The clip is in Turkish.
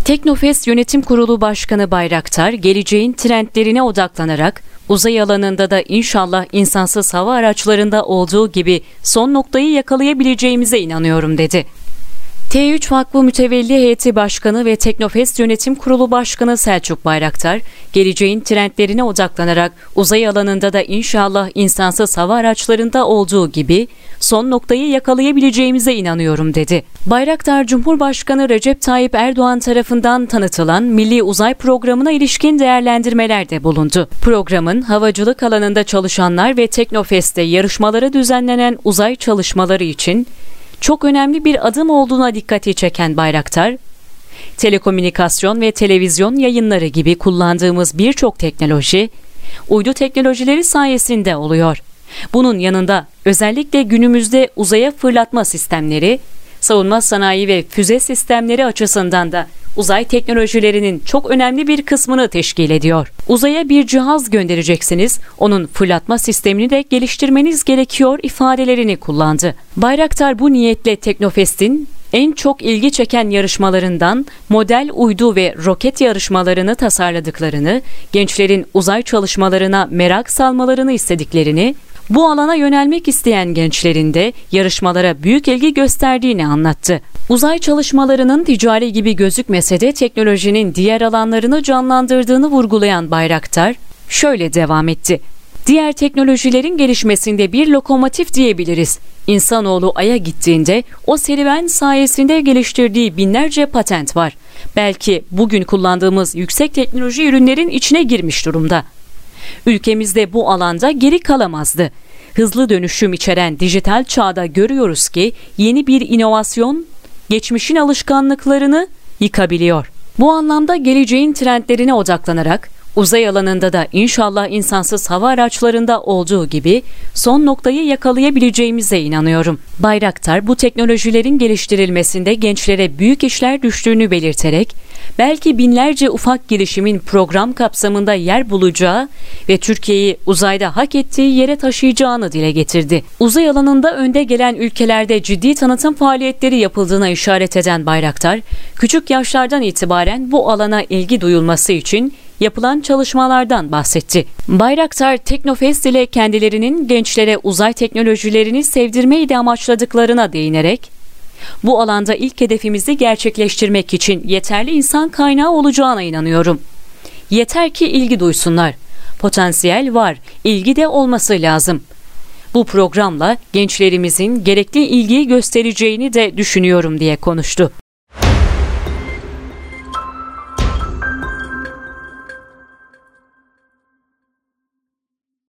Teknofest Yönetim Kurulu Başkanı Bayraktar, geleceğin trendlerine odaklanarak uzay alanında da inşallah insansız hava araçlarında olduğu gibi son noktayı yakalayabileceğimize inanıyorum dedi. T3 Vakfı Mütevelli Heyeti Başkanı ve Teknofest Yönetim Kurulu Başkanı Selçuk Bayraktar, geleceğin trendlerine odaklanarak uzay alanında da inşallah insansız hava araçlarında olduğu gibi son noktayı yakalayabileceğimize inanıyorum dedi. Bayraktar, Cumhurbaşkanı Recep Tayyip Erdoğan tarafından tanıtılan Milli Uzay Programı'na ilişkin değerlendirmelerde bulundu. Programın havacılık alanında çalışanlar ve Teknofest'te yarışmaları düzenlenen uzay çalışmaları için çok önemli bir adım olduğuna dikkati çeken Bayraktar, telekomünikasyon ve televizyon yayınları gibi kullandığımız birçok teknoloji, uydu teknolojileri sayesinde oluyor. Bunun yanında özellikle günümüzde uzaya fırlatma sistemleri, savunma sanayi ve füze sistemleri açısından da uzay teknolojilerinin çok önemli bir kısmını teşkil ediyor. Uzaya bir cihaz göndereceksiniz, onun fırlatma sistemini de geliştirmeniz gerekiyor ifadelerini kullandı. Bayraktar bu niyetle Teknofest'in en çok ilgi çeken yarışmalarından model uydu ve roket yarışmalarını tasarladıklarını, gençlerin uzay çalışmalarına merak salmalarını istediklerini, bu alana yönelmek isteyen gençlerin de yarışmalara büyük ilgi gösterdiğini anlattı. Uzay çalışmalarının ticari gibi gözükmese de teknolojinin diğer alanlarını canlandırdığını vurgulayan Bayraktar şöyle devam etti. Diğer teknolojilerin gelişmesinde bir lokomotif diyebiliriz. İnsanoğlu Ay'a gittiğinde o serüven sayesinde geliştirdiği binlerce patent var. Belki bugün kullandığımız yüksek teknoloji ürünlerin içine girmiş durumda. Ülkemizde bu alanda geri kalamazdı. Hızlı dönüşüm içeren dijital çağda görüyoruz ki yeni bir inovasyon geçmişin alışkanlıklarını yıkabiliyor. Bu anlamda geleceğin trendlerine odaklanarak uzay alanında da inşallah insansız hava araçlarında olduğu gibi son noktayı yakalayabileceğimize inanıyorum. Bayraktar bu teknolojilerin geliştirilmesinde gençlere büyük işler düştüğünü belirterek belki binlerce ufak girişimin program kapsamında yer bulacağı ve Türkiye'yi uzayda hak ettiği yere taşıyacağını dile getirdi. Uzay alanında önde gelen ülkelerde ciddi tanıtım faaliyetleri yapıldığına işaret eden Bayraktar, küçük yaşlardan itibaren bu alana ilgi duyulması için yapılan çalışmalardan bahsetti. Bayraktar, Teknofest ile kendilerinin gençlere uzay teknolojilerini sevdirmeyi de amaçladıklarına değinerek, bu alanda ilk hedefimizi gerçekleştirmek için yeterli insan kaynağı olacağına inanıyorum. Yeter ki ilgi duysunlar. Potansiyel var, ilgi de olması lazım. Bu programla gençlerimizin gerekli ilgiyi göstereceğini de düşünüyorum diye konuştu.